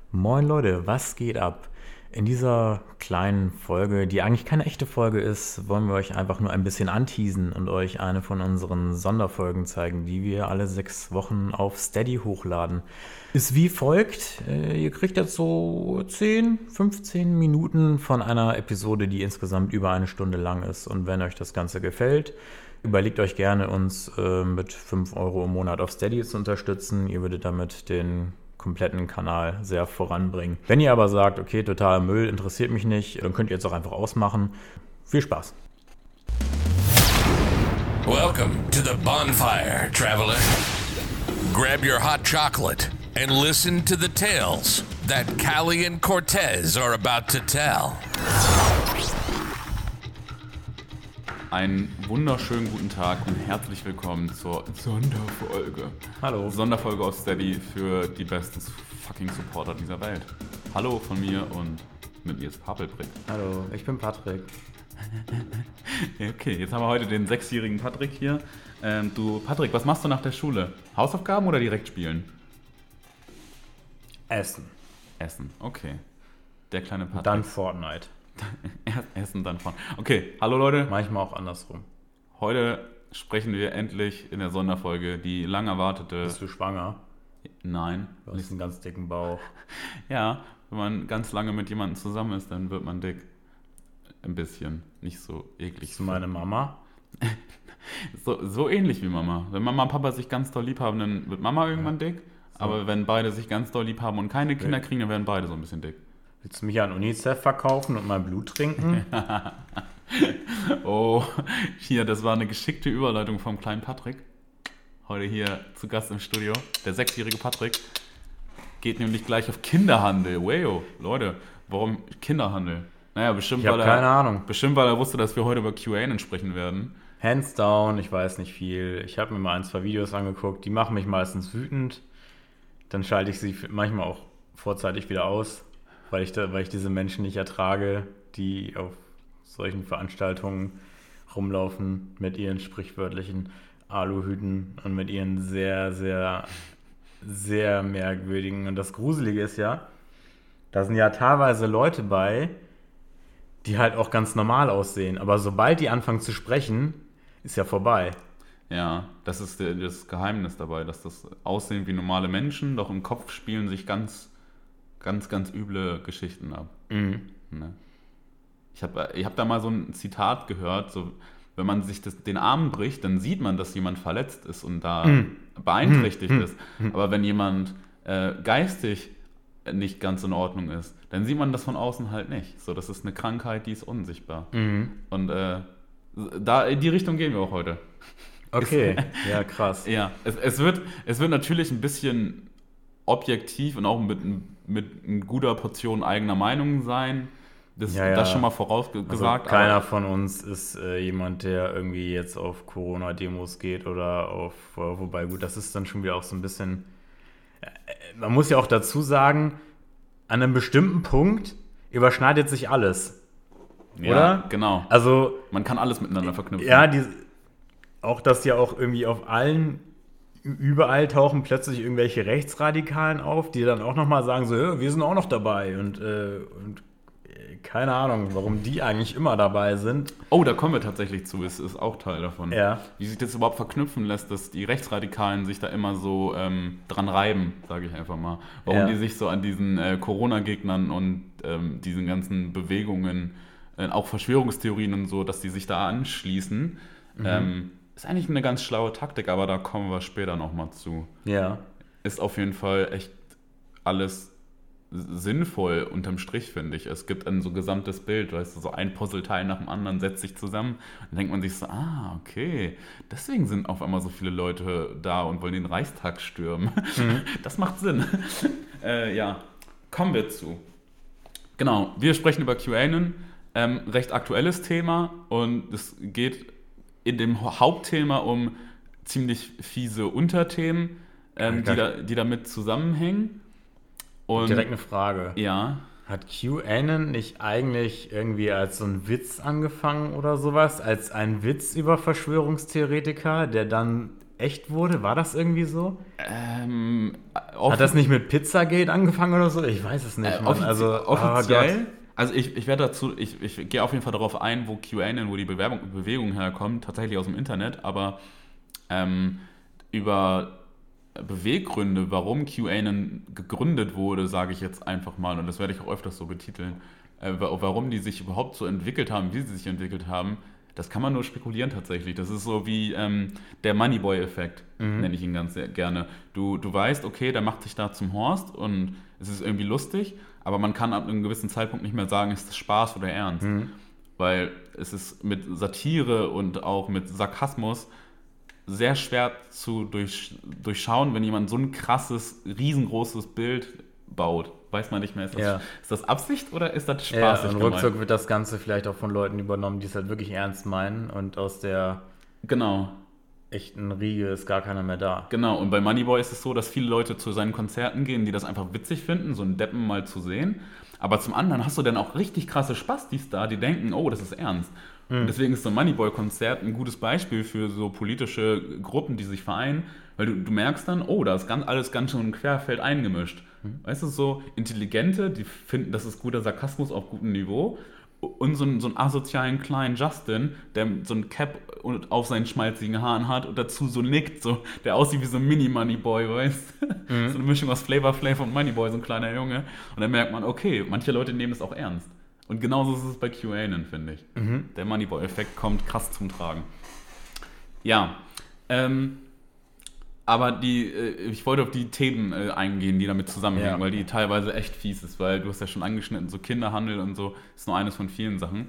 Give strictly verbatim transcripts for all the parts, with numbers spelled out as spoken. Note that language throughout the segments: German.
Moin Leute, was geht ab? In dieser kleinen Folge, die eigentlich keine echte Folge ist, wollen wir euch einfach nur ein bisschen anteasen und euch eine von unseren Sonderfolgen zeigen, die wir alle sechs Wochen auf Steady hochladen. Ist wie folgt: äh, Ihr kriegt jetzt so zehn, fünfzehn Minuten von einer Episode, die insgesamt über eine Stunde lang ist. Und wenn euch das Ganze gefällt, überlegt euch gerne, uns äh, mit fünf Euro im Monat auf Steady zu unterstützen. Ihr würdet damit den kompletten Kanal sehr voranbringen. Wenn ihr aber sagt, okay, totaler Müll, interessiert mich nicht, dann könnt ihr jetzt auch einfach ausmachen. Viel Spaß. Welcome to the bonfire, traveler. Grab your hot chocolate and listen to the tales that Callie and Cortez are about to tell. Einen wunderschönen guten Tag und herzlich willkommen zur Sonderfolge. Hallo. Sonderfolge auf Steady für die besten fucking Supporter dieser Welt. Hallo von mir und mit mir ist Papelbrick. Hallo, ich bin Patrick. Okay, jetzt haben wir heute den sechsjährigen Patrick hier. Ähm, du, Patrick, was machst du nach der Schule? Hausaufgaben oder direkt spielen? Essen. Essen, okay. Der kleine Patrick. Dann Fortnite. Erst Essen, dann Fortnite. Okay, hallo Leute. Manchmal auch andersrum. Heute sprechen wir endlich in der Sonderfolge die lang erwartete... Bist du schwanger? Nein. Du hast einen ganz dicken Bauch. Ja, wenn man ganz lange mit jemandem zusammen ist, dann wird man dick. Ein bisschen. Nicht so eklig. Bist du meine Mama? so, so ähnlich wie Mama. Wenn Mama und Papa sich ganz doll lieb haben, dann wird Mama irgendwann ja. dick. So. Aber wenn beide sich ganz doll lieb haben und keine Kinder ja. kriegen, dann werden beide so ein bisschen dick. Willst du mich an UNICEF verkaufen und mein Blut trinken? Oh, hier, das war eine geschickte Überleitung vom kleinen Patrick. Heute hier zu Gast im Studio. Der sechsjährige Patrick geht nämlich gleich auf Kinderhandel. Wayo, Leute, warum Kinderhandel? Naja, bestimmt, ich weil er, keine Ahnung. bestimmt, weil er wusste, dass wir heute über Q A sprechen werden. Hands down, ich weiß nicht viel. Ich habe mir mal ein, zwei Videos angeguckt, die machen mich meistens wütend. Dann schalte ich sie manchmal auch vorzeitig wieder aus. Weil ich, da, weil ich diese Menschen nicht ertrage, die auf solchen Veranstaltungen rumlaufen mit ihren sprichwörtlichen Aluhüten und mit ihren sehr, sehr, sehr merkwürdigen. Und das Gruselige ist ja, da sind ja teilweise Leute bei, die halt auch ganz normal aussehen. Aber sobald die anfangen zu sprechen, ist ja vorbei. Ja, das ist der, das Geheimnis dabei, dass das aussehen wie normale Menschen, doch im Kopf spielen sich ganz... ganz, ganz üble Geschichten ab. Mhm. Ne? Ich habe ich hab da mal so ein Zitat gehört, so, wenn man sich das, den Arm bricht, dann sieht man, dass jemand verletzt ist und da mhm. beeinträchtigt mhm. ist. Aber wenn jemand äh, geistig nicht ganz in Ordnung ist, dann sieht man das von außen halt nicht. So, das ist eine Krankheit, die ist unsichtbar. Mhm. Und äh, da in die Richtung gehen wir auch heute. Okay, ja krass. Ja, es, es, wird, es wird natürlich ein bisschen objektiv und auch mit, mit einer guter Portion eigener Meinung sein. Das, ja, ja. das schon mal vorausgesagt. Also keiner aber von uns ist äh, jemand, der irgendwie jetzt auf Corona-Demos geht oder auf, äh, wobei gut, das ist dann schon wieder auch so ein bisschen, äh, man muss ja auch dazu sagen, an einem bestimmten Punkt überschneidet sich alles. Ja, oder? Genau. Also man kann alles miteinander verknüpfen. Ja, die, auch dass ja auch irgendwie auf allen Überall tauchen plötzlich irgendwelche Rechtsradikalen auf, die dann auch nochmal sagen, so, ja, wir sind auch noch dabei. Und, äh, und äh, keine Ahnung, warum die eigentlich immer dabei sind. Oh, da kommen wir tatsächlich zu, ist, ist auch Teil davon. Ja. Wie sich das überhaupt verknüpfen lässt, dass die Rechtsradikalen sich da immer so ähm, dran reiben, sage ich einfach mal. Warum ja. die sich so an diesen äh, Corona-Gegnern und ähm, diesen ganzen Bewegungen, äh, auch Verschwörungstheorien und so, dass die sich da anschließen. Mhm. Ähm, Ist eigentlich eine ganz schlaue Taktik, aber da kommen wir später nochmal zu. Ja. Ist auf jeden Fall echt alles sinnvoll unterm Strich, finde ich. Es gibt ein so gesamtes Bild, weißt du, so ein Puzzleteil nach dem anderen setzt sich zusammen. Dann denkt man sich so, ah, okay, deswegen sind auf einmal so viele Leute da und wollen den Reichstag stürmen. Mhm. Das macht Sinn. äh, ja, kommen wir zu. Genau, wir sprechen über Q A N, ähm, recht aktuelles Thema und es geht in dem Hauptthema um ziemlich fiese Unterthemen, ähm, die, da, die damit zusammenhängen. Und direkt eine Frage. Ja. Hat QAnon nicht eigentlich irgendwie als so ein Witz angefangen oder sowas? Als ein Witz über Verschwörungstheoretiker, der dann echt wurde? War das irgendwie so? Ähm, Hat das nicht mit Pizzagate angefangen oder so? Ich weiß es nicht. Äh, Mann. offizie- also offiziell, oh also ich, ich werde dazu, ich, ich gehe auf jeden Fall darauf ein, wo QAnon, wo die Bewerbung, Bewegung herkommt, tatsächlich aus dem Internet, aber ähm, über Beweggründe, warum QAnon gegründet wurde, sage ich jetzt einfach mal, und das werde ich auch öfters so betiteln, äh, warum die sich überhaupt so entwickelt haben, wie sie sich entwickelt haben, das kann man nur spekulieren tatsächlich. Das ist so wie ähm, der Moneyboy-Effekt, mhm. nenne ich ihn ganz sehr gerne. Du, du weißt, okay, der macht sich da zum Horst und es ist irgendwie lustig, aber man kann ab einem gewissen Zeitpunkt nicht mehr sagen, ist das Spaß oder Ernst. Mhm. Weil es ist mit Satire und auch mit Sarkasmus sehr schwer zu durch, durchschauen, wenn jemand so ein krasses, riesengroßes Bild baut. Weiß man nicht mehr, ist das, Ja. ist das Absicht oder ist das Spaß? Ja, und Rückzug wird das Ganze vielleicht auch von Leuten übernommen, die es halt wirklich ernst meinen und aus der genau. echten Riege ist gar keiner mehr da. Genau, und bei Moneyboy ist es so, dass viele Leute zu seinen Konzerten gehen, die das einfach witzig finden, so einen Deppen mal zu sehen. Aber zum anderen hast du dann auch richtig krasse Spastis da, die denken, oh, das ist ernst. Und deswegen ist so ein Moneyboy-Konzert ein gutes Beispiel für so politische Gruppen, die sich vereinen, weil du, du merkst dann, oh, da ist ganz, alles ganz schön querfeld eingemischt. Mhm. Weißt du, so Intelligente, die finden, das ist guter Sarkasmus auf gutem Niveau, und so einen, so einen asozialen kleinen Justin, der so ein Cap auf seinen schmalzigen Haaren hat und dazu so nickt, so, der aussieht wie so ein Mini-Moneyboy, weißt du? Mhm. So eine Mischung aus Flavor Flav und Moneyboy, so ein kleiner Junge. Und dann merkt man, okay, manche Leute nehmen es auch ernst. Und genauso ist es bei QAnon, finde ich. Mhm. Der Moneyboy-Effekt kommt krass zum Tragen. Ja, ähm, aber die, äh, ich wollte auf die Themen äh, eingehen, die damit zusammenhängen, ja. weil die teilweise echt fies ist, weil du hast ja schon angeschnitten, so Kinderhandel und so, ist nur eines von vielen Sachen.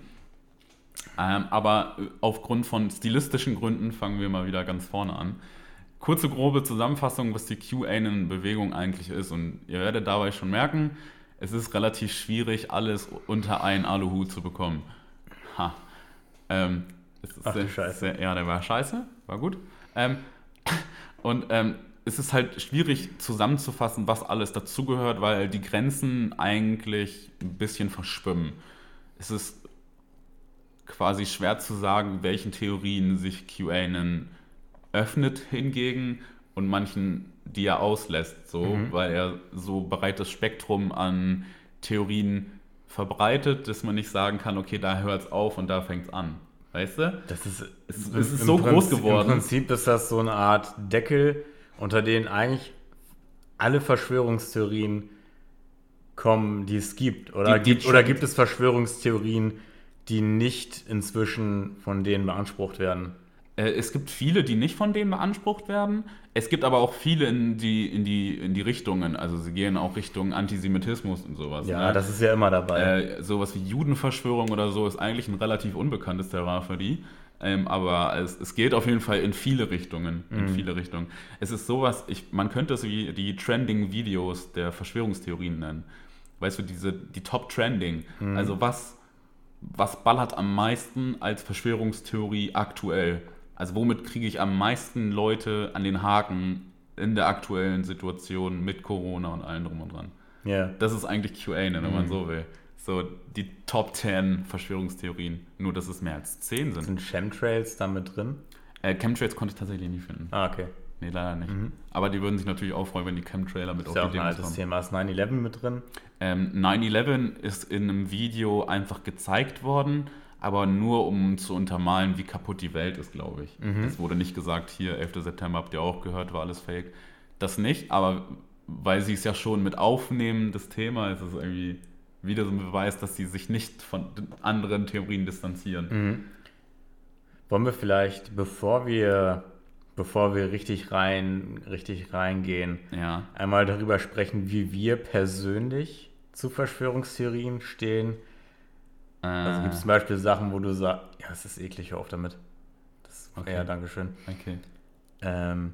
Ähm, aber aufgrund von stilistischen Gründen fangen wir mal wieder ganz vorne an. Kurze, grobe Zusammenfassung, was die QAnon-Bewegung eigentlich ist, und ihr werdet dabei schon merken, es ist relativ schwierig, alles unter einen Aluhut zu bekommen. Ha. Ähm, es ist Ach sehr, du Scheiße. Sehr, ja, der war scheiße, war gut. Ähm, und ähm, es ist halt schwierig zusammenzufassen, was alles dazugehört, weil die Grenzen eigentlich ein bisschen verschwimmen. Es ist quasi schwer zu sagen, welchen Theorien sich QAnon öffnet hingegen und manchen, die er auslässt, so, mhm. weil er so breites Spektrum an Theorien verbreitet, dass man nicht sagen kann, okay, da hört es auf und da fängt es an. Weißt du? Das ist, es, es ist so Prinzip, groß geworden. Im Prinzip ist das so eine Art Deckel, unter denen eigentlich alle Verschwörungstheorien kommen, die es gibt. Oder, die, gibt, oder gibt es Verschwörungstheorien, die nicht inzwischen von denen beansprucht werden? Es gibt viele, die nicht von denen beansprucht werden. Es gibt aber auch viele in die, in die, in die Richtungen. Also sie gehen auch Richtung Antisemitismus und sowas. Ja, ne? das ist ja immer dabei. Äh, sowas wie Judenverschwörung oder so ist eigentlich ein relativ unbekanntes Terrain für die. Ähm, aber es, es geht auf jeden Fall in viele Richtungen. In mhm. viele Richtungen. Es ist sowas, ich, man könnte es wie die Trending-Videos der Verschwörungstheorien nennen. Weißt du, diese, die Top-Trending. Mhm. Also was, was ballert am meisten als Verschwörungstheorie aktuell? Also womit kriege ich am meisten Leute an den Haken in der aktuellen Situation mit Corona und allem drum und dran? Ja. Yeah. Das ist eigentlich QAnon, wenn mhm. man so will. So die Top zehn Verschwörungstheorien. Nur, dass es mehr als zehn sind. Sind Chemtrails da mit drin? Äh, Chemtrails konnte ich tatsächlich nie finden. Ah, okay. Nee, leider nicht. Mhm. Aber die würden sich natürlich auch freuen, wenn die Chemtrailer mit auf die Demos kommen. Ist ja auch ein altes Thema. Ist nine eleven mit drin? Ähm, nine eleven ist in einem Video einfach gezeigt worden, aber nur um zu untermalen, wie kaputt die Welt ist, glaube ich. Mhm. Es wurde nicht gesagt, hier, elfter September habt ihr auch gehört, war alles fake. Das nicht, aber weil sie es ja schon mit aufnehmen, das Thema, ist es irgendwie wieder so ein Beweis, dass sie sich nicht von anderen Theorien distanzieren. Mhm. Wollen wir vielleicht, bevor wir, bevor wir richtig rein, richtig reingehen, ja. einmal darüber sprechen, wie wir persönlich zu Verschwörungstheorien stehen? Äh. Also gibt es zum Beispiel Sachen, wo du sagst, ja, es ist eklig, hör auf damit. Das, okay. Ja, danke schön. Okay. Ähm,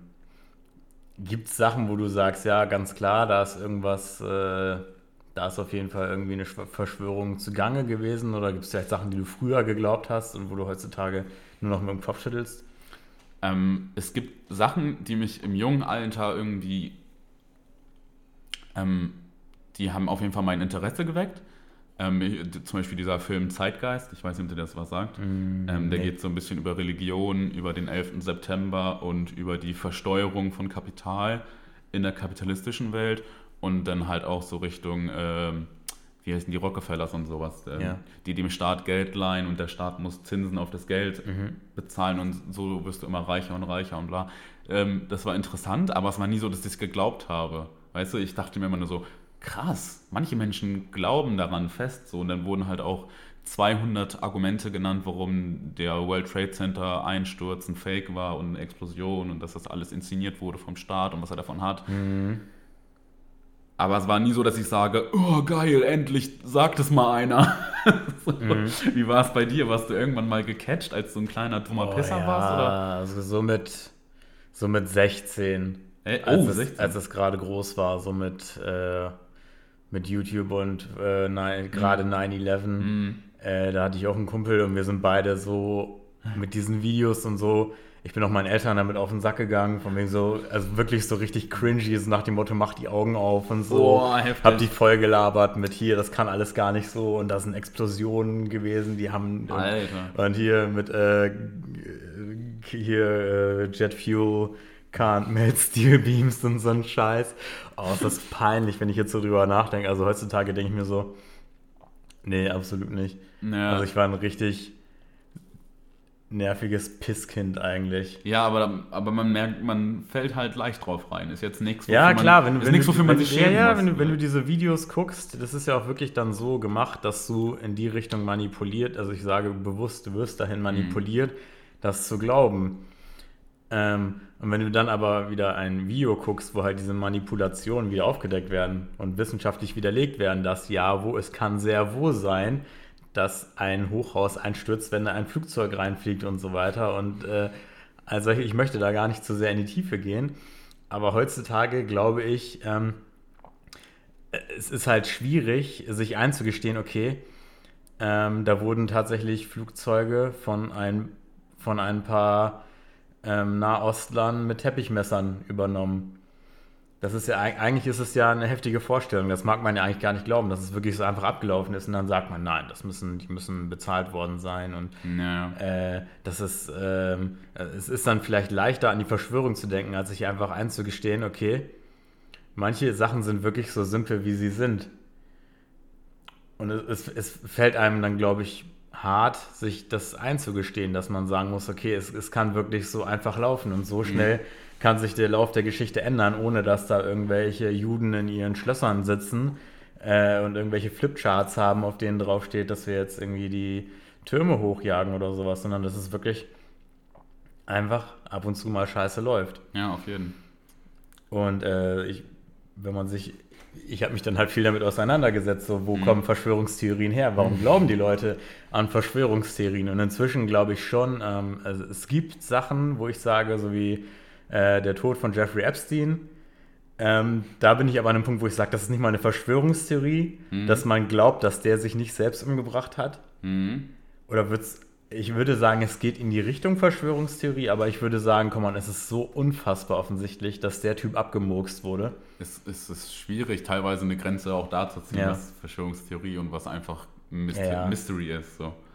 gibt es Sachen, wo du sagst, ja, ganz klar, da ist irgendwas, äh, da ist auf jeden Fall irgendwie eine Verschwörung zugange gewesen, oder gibt es vielleicht Sachen, die du früher geglaubt hast und wo du heutzutage nur noch mit dem Kopf schüttelst? Ähm, es gibt Sachen, die mich im jungen Alter irgendwie, ähm, die haben auf jeden Fall mein Interesse geweckt. Ähm, ich, zum Beispiel dieser Film Zeitgeist, ich weiß nicht, ob dir das was sagt. Mm, ähm, der nee. geht so ein bisschen über Religion, über den elften September und über die Versteuerung von Kapital in der kapitalistischen Welt und dann halt auch so Richtung, ähm, wie heißen die Rockefellers und sowas, ähm, ja. die dem Staat Geld leihen und der Staat muss Zinsen auf das Geld mhm. bezahlen und so wirst du immer reicher und reicher und bla. Ähm, das war interessant, aber es war nie so, dass ich es geglaubt habe. Weißt du, ich dachte mir immer nur so, krass, manche Menschen glauben daran fest. So. Und dann wurden halt auch zweihundert Argumente genannt, warum der World Trade Center Einsturz ein Fake war und eine Explosion und dass das alles inszeniert wurde vom Staat und was er davon hat. Mhm. Aber es war nie so, dass ich sage, oh geil, endlich sagt es mal einer. so, mhm. Wie war es bei dir? Warst du irgendwann mal gecatcht, als du ein kleiner dummer oh, Pisser ja. warst? Oder? Also so mit, so mit sechzehn. Hey, oh, als, es, sechzehn. als es gerade groß war, so mit, äh, mit YouTube und äh, gerade mhm. nine eleven. Mhm. Äh, da hatte ich auch einen Kumpel und wir sind beide so mit diesen Videos und so. Ich bin auch meinen Eltern damit auf den Sack gegangen, von wegen so, also wirklich so richtig cringy, so nach dem Motto, mach die Augen auf und so. Oh, hab die voll gelabert mit hier, das kann alles gar nicht so und da sind Explosionen gewesen, die haben Alter. Und, und hier mit äh, hier äh, Jet Fuel can't melt Steel Beams und so ein Scheiß. Oh, ist das peinlich, wenn ich jetzt so drüber nachdenke. Also heutzutage denke ich mir so, nee, absolut nicht. Ja. Also ich war ein richtig nerviges Pisskind eigentlich. Ja, aber, aber man merkt, man fällt halt leicht drauf rein. Ist jetzt nichts, ja, man, klar, wenn du, ist wenn nichts, du, wofür man sich schämen ja, ja, muss. Wenn du, wenn du diese Videos guckst, das ist ja auch wirklich dann so gemacht, dass du in die Richtung manipuliert, also ich sage bewusst, du wirst dahin manipuliert, mhm. das zu glauben. Ähm, und wenn du dann aber wieder ein Video guckst, wo halt diese Manipulationen wieder aufgedeckt werden und wissenschaftlich widerlegt werden, dass ja, wo es kann sehr wohl sein, dass ein Hochhaus einstürzt, wenn da ein Flugzeug reinfliegt und so weiter. Und äh, also ich möchte da gar nicht zu sehr in die Tiefe gehen. Aber heutzutage glaube ich, ähm, es ist halt schwierig, sich einzugestehen, okay, ähm, da wurden tatsächlich Flugzeuge von ein, von ein paar ähm, Nahostlern mit Teppichmessern übernommen. Das ist ja, eigentlich ist es ja eine heftige Vorstellung. Das mag man ja eigentlich gar nicht glauben, dass es wirklich so einfach abgelaufen ist. Und dann sagt man, nein, das müssen, die müssen bezahlt worden sein. Und ja. äh, das ist, äh, es ist dann vielleicht leichter, an die Verschwörung zu denken, als sich einfach einzugestehen, okay, manche Sachen sind wirklich so simpel, wie sie sind. Und es, es fällt einem dann, glaube ich, hart, sich das einzugestehen, dass man sagen muss, okay, es, es kann wirklich so einfach laufen und so schnell mhm. kann sich der Lauf der Geschichte ändern, ohne dass da irgendwelche Juden in ihren Schlössern sitzen äh, und irgendwelche Flipcharts haben, auf denen draufsteht, dass wir jetzt irgendwie die Türme hochjagen oder sowas, sondern dass es wirklich einfach ab und zu mal scheiße läuft. Ja, auf jeden Fall. Und äh, ich, wenn man sich, ich habe mich dann halt viel damit auseinandergesetzt, so wo mhm. kommen Verschwörungstheorien her? Warum mhm. glauben die Leute an Verschwörungstheorien? Und inzwischen glaube ich schon, ähm, also es gibt Sachen, wo ich sage, so wie äh, der Tod von Jeffrey Epstein, ähm, da bin ich aber an einem Punkt, wo ich sage, das ist nicht mal eine Verschwörungstheorie, mhm. dass man glaubt, dass der sich nicht selbst umgebracht hat. Mhm. Oder wird's, ich würde sagen, es geht in die Richtung Verschwörungstheorie, aber ich würde sagen, komm on, es ist so unfassbar offensichtlich, dass der Typ abgemurkst wurde. Es, es ist schwierig, teilweise eine Grenze auch da zu ziehen, ja. was Verschwörungstheorie und was einfach Myster- ja, ja. Mystery ist. So.